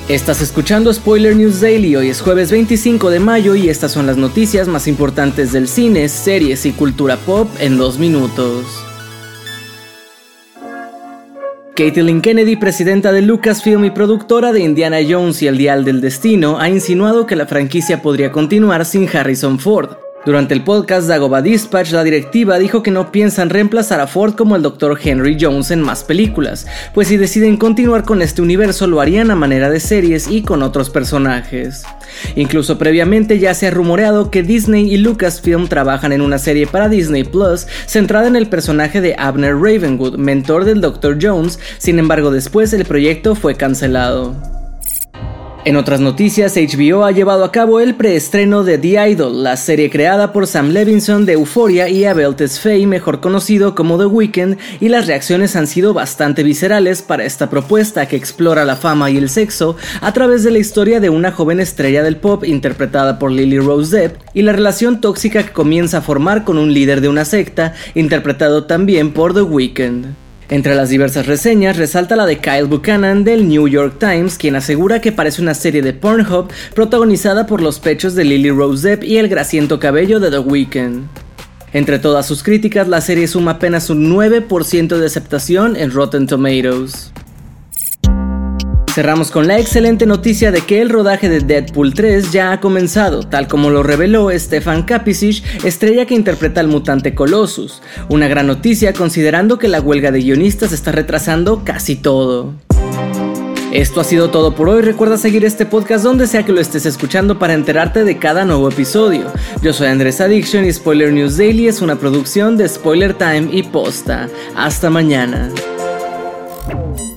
Estás escuchando Spoiler News Daily, hoy es jueves 25 de mayo y estas son las noticias más importantes del cine, series y cultura pop en 2 minutos. Kathleen Kennedy, presidenta de Lucasfilm y productora de Indiana Jones y el Dial del Destino, ha insinuado que la franquicia podría continuar sin Harrison Ford. Durante el podcast Dagobah Dispatch, la directiva dijo que no piensan reemplazar a Ford como el Dr. Henry Jones en más películas, pues si deciden continuar con este universo lo harían a manera de series y con otros personajes. Incluso previamente ya se ha rumoreado que Disney y Lucasfilm trabajan en una serie para Disney Plus centrada en el personaje de Abner Ravenwood, mentor del Dr. Jones, sin embargo después el proyecto fue cancelado. En otras noticias, HBO ha llevado a cabo el preestreno de The Idol, la serie creada por Sam Levinson de Euphoria y Abel Tesfaye, mejor conocido como The Weeknd, y las reacciones han sido bastante viscerales para esta propuesta que explora la fama y el sexo a través de la historia de una joven estrella del pop interpretada por Lily Rose Depp y la relación tóxica que comienza a formar con un líder de una secta interpretado también por The Weeknd. Entre las diversas reseñas resalta la de Kyle Buchanan del New York Times, quien asegura que parece una serie de Pornhub protagonizada por los pechos de Lily Rose Depp y el grasiento cabello de The Weeknd. Entre todas sus críticas, la serie suma apenas un 9% de aceptación en Rotten Tomatoes. Cerramos con la excelente noticia de que el rodaje de Deadpool 3 ya ha comenzado, tal como lo reveló Stefan Kapicic, estrella que interpreta al mutante Colossus. Una gran noticia considerando que la huelga de guionistas está retrasando casi todo. Esto ha sido todo por hoy. Recuerda seguir este podcast donde sea que lo estés escuchando para enterarte de cada nuevo episodio. Yo soy Andrés Addiction y Spoiler News Daily es una producción de Spoiler Time y Posta. Hasta mañana.